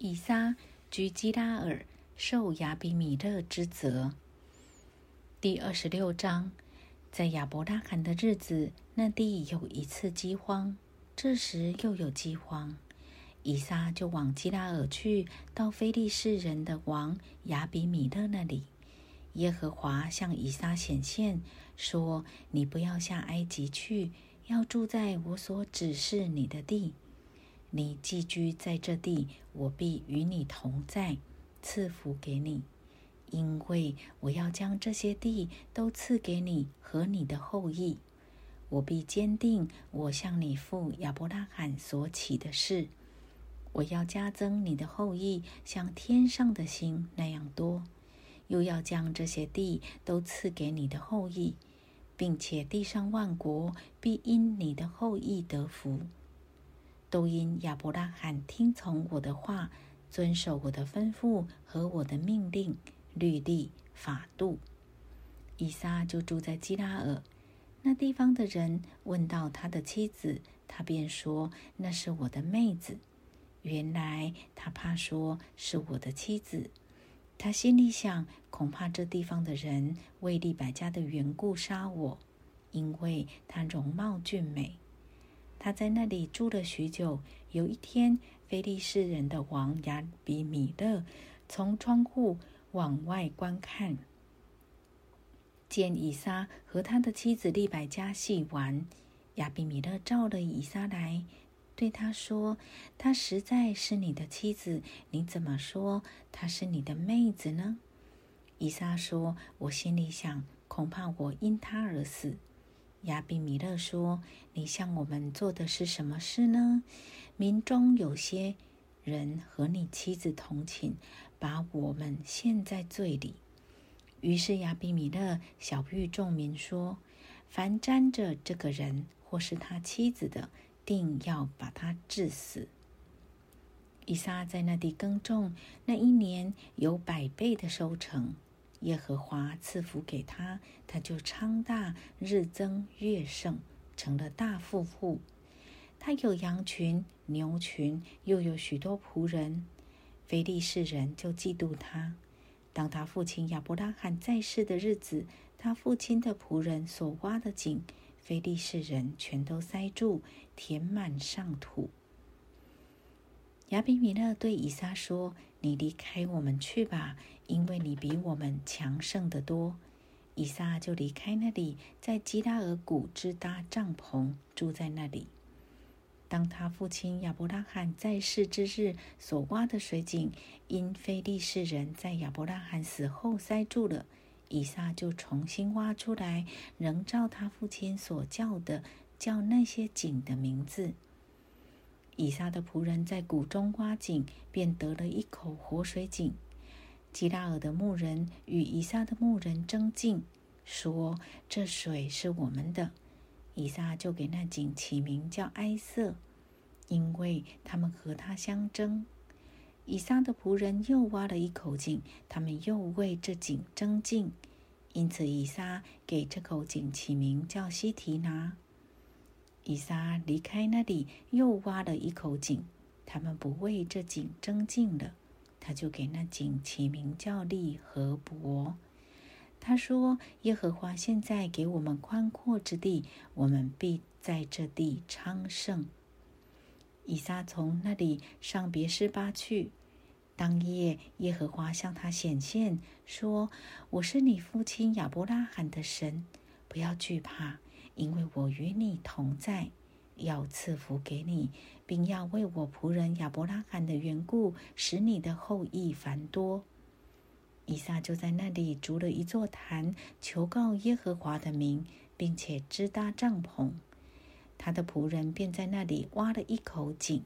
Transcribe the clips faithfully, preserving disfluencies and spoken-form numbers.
以撒居基拉耳，受亚比米勒之责。第二十六章，在亚伯拉罕的日子，那地有一次饥荒，这时又有饥荒，以撒就往基拉耳去，到非利士人的王亚比米勒那里。耶和华向以撒显现，说：你不要下埃及去，要住在我所指示你的地。你寄居在这地，我必与你同在，赐福给你，因为我要将这些地都赐给你和你的后裔。我必坚定我向你父亚伯拉罕所起的事，我要加增你的后裔，像天上的星那样多，又要将这些地都赐给你的后裔，并且地上万国必因你的后裔得福，都因亚伯拉罕听从我的话，遵守我的吩咐和我的命令、律例、法度。以撒就住在基拉耳。那地方的人问到他的妻子，他便说：那是我的妹子。原来他怕说是我的妻子。他心里想，恐怕这地方的人为利百加的缘故杀我，因为她容貌俊美。他在那里住了许久。有一天，非利士人的王亚比米勒从窗户往外观看，见以撒和他的妻子利百加戏玩。亚比米勒召了以撒来，对他说：她实在是你的妻子，你怎么说她是你的妹子呢？以撒说：我心里想，恐怕我因她而死。亚比米勒说：你向我们做的是什么事呢？民中有些人和你妻子同寝，把我们陷在罪里。于是亚比米勒晓谕众民说：凡沾着这个人或是他妻子的，定要把他治死。以撒在那地耕种，那一年有百倍的收成。耶和华赐福给他，他就昌大，日增月盛，成了大富户。他有羊群、牛群，又有许多仆人。非利士人就嫉妒他。当他父亲亚伯拉罕在世的日子，他父亲的仆人所挖的井，非利士人全都塞住，填满上土。亚比米勒对以撒说：你离开我们去吧，因为你比我们强盛得多。以撒就离开那里，在基拉耳谷支搭帐篷，住在那里。当他父亲亚伯拉罕在世之日所挖的水井，因非利士人在亚伯拉罕死后塞住了，以撒就重新挖出来，仍照他父亲所叫的，叫那些井的名字。以撒的仆人在谷中挖井，便得了一口活水井。基拉耳的牧人与以撒的牧人争竞，说：这水是我们的。以撒就给那井起名叫埃瑟，因为他们和他相争。以撒的仆人又挖了一口井，他们又为这井争竞，因此以撒给这口井起名叫西提拿。以撒离开那里，又挖了一口井，他们不为这井争竞了，他就给那井起名叫利和伯。他说：耶和华现在给我们宽阔之地，我们必在这地昌盛。以撒从那里上别是巴去。当夜，耶和华向他显现，说：我是你父亲亚伯拉罕的神，不要惧怕，因为我与你同在，要赐福给你，并要为我仆人亚伯拉罕的缘故，使你的后裔繁多。以撒就在那里筑了一座坛，求告耶和华的名，并且支搭帐篷。他的仆人便在那里挖了一口井。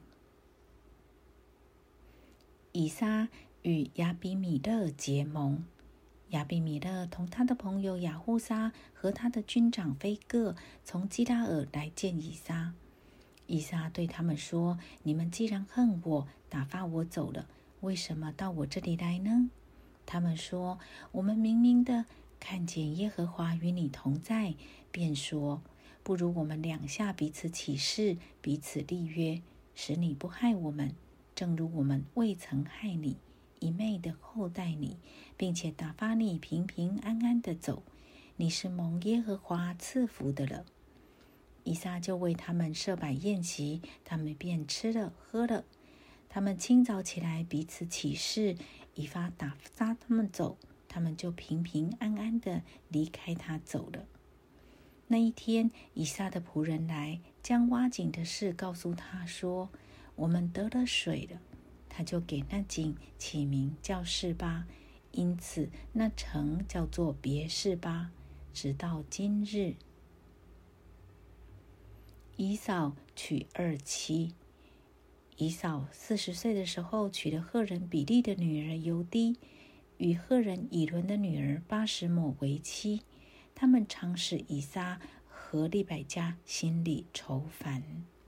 以撒与亚比米勒结盟。亚比米勒同他的朋友亚户撒和他的军长非各从基拉耳来见以撒。以撒对他们说：你们既然恨我，打发我走了，为什么到我这里来呢？他们说：我们明明的看见耶和华与你同在，便说：不如我们两下彼此起誓，彼此立约，使你不害我们， 正如我们未曾害你，一昧的厚待你，并且打发你平平安安的走，你是蒙耶和华赐福的了。以撒就为他们设摆宴席，他们便吃了喝了。他们清早起来彼此起誓，以撒打发他们走，他们就平平安安的离开他走了。那一天，以撒的仆人来，将挖井的事告诉他说，我们得了水了。他就给那井起名叫示巴，因此那城叫做别示巴，直到今日。以扫娶二妻。以扫四十岁的时候，娶了赫人比利的女儿犹低，与赫人以伦的女儿巴什抹为妻。他们常使以撒和利百加心里愁烦。